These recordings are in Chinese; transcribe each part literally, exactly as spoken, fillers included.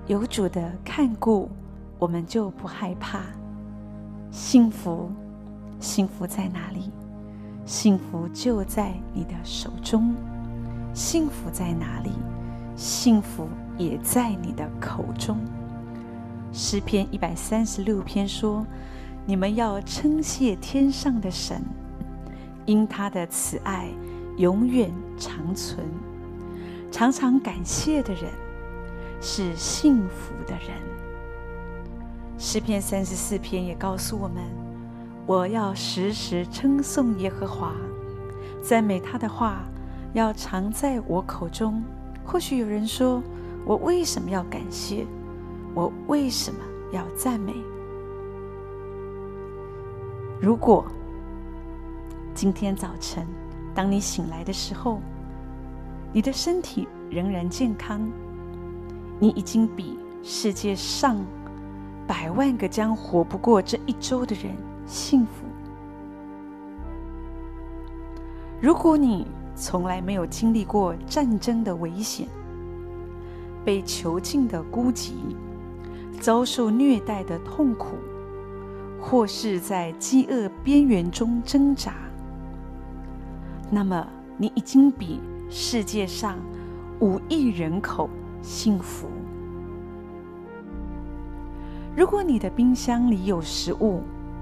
有主的看顾，我们就不害怕。幸福，幸福在哪里？幸福就在你的手中。幸福在哪里？幸福也在你的口中。诗篇一百三十六篇说，你们要称谢天上的神，因他的慈爱永远长存。常常感谢的人是幸福的人。诗篇三十四篇也告诉我们，我要时时称颂耶和华，赞美他的话要常在我口中。或许有人说，我为什么要感谢？我为什么要赞美？如果今天早晨当你醒来的时候，你的身体仍然健康，你已经比世界上百万个将活不过这一周的人幸福。如果你从来没有经历过战争的危险，被囚禁的孤寂，遭受虐待的痛苦，或是在饥饿边缘中挣扎，那么你已经比世界上五亿人口幸福。如果你的冰箱里有食物，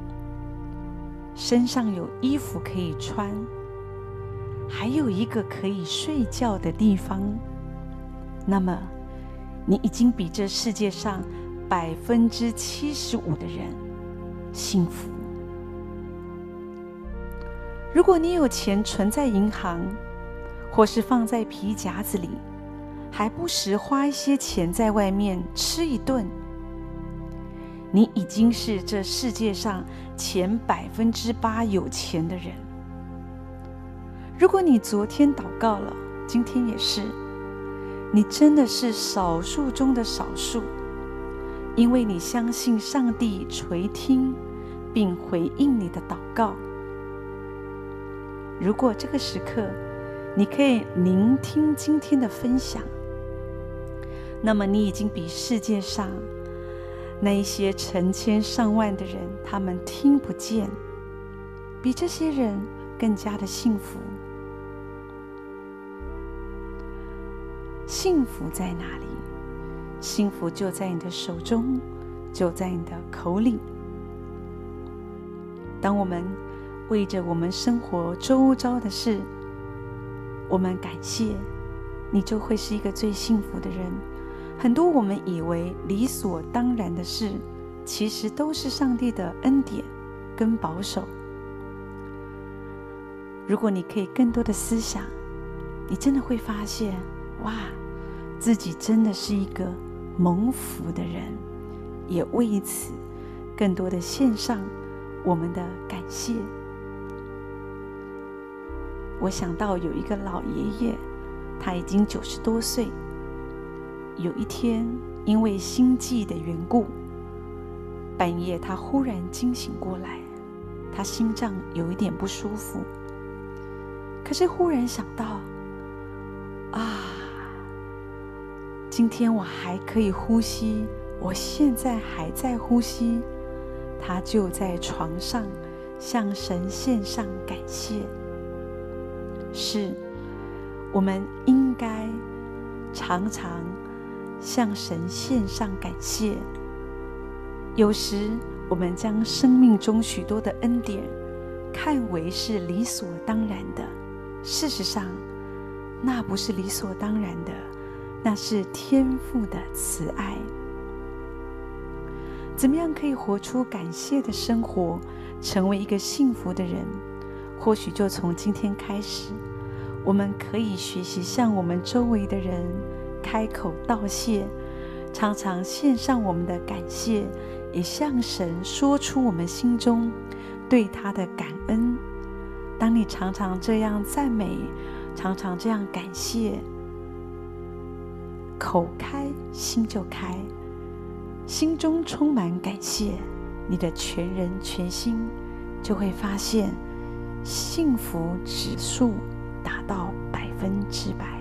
身上有衣服可以穿，还有一个可以睡觉的地方，那么你已经比这世界上百分之七十五的人幸福。如果你有钱存在银行，或是放在皮夹子里，还不时花一些钱在外面吃一顿，你已经是这世界上前百分之八有钱的人。如果你昨天祷告了，今天也是，你真的是少数中的少数，因为你相信上帝垂听并回应你的祷告。如果这个时刻你可以聆听今天的分享，那么你已经比世界上那一些成千上万的人，他们听不见，比这些人更加的幸福。幸福在哪里？幸福就在你的手中，就在你的口里。当我们为着我们生活周遭的事，我们感谢，你就会是一个最幸福的人。很多我们以为理所当然的事，其实都是上帝的恩典跟保守。如果你可以更多的思想，你真的会发现，哇，自己真的是一个蒙福的人，也为此更多的献上我们的感谢。我想到有一个老爷爷，他已经九十多岁，有一天因为心悸的缘故，半夜他忽然惊醒过来，他心脏有一点不舒服，可是忽然想到，啊，今天我还可以呼吸，我现在还在呼吸，他就在床上向神献上感谢。是，我们应该常常向神献上感谢。有时我们将生命中许多的恩典看为是理所当然的，事实上那不是理所当然的，那是天父的慈爱。怎么样可以活出感谢的生活，成为一个幸福的人？或许就从今天开始，我们可以学习向我们周围的人开口道谢，常常献上我们的感谢，也向神说出我们心中对他的感恩。当你常常这样赞美，常常这样感谢，口开心就开，心中充满感谢，你的全人全心就会发现幸福指数达到百分之百。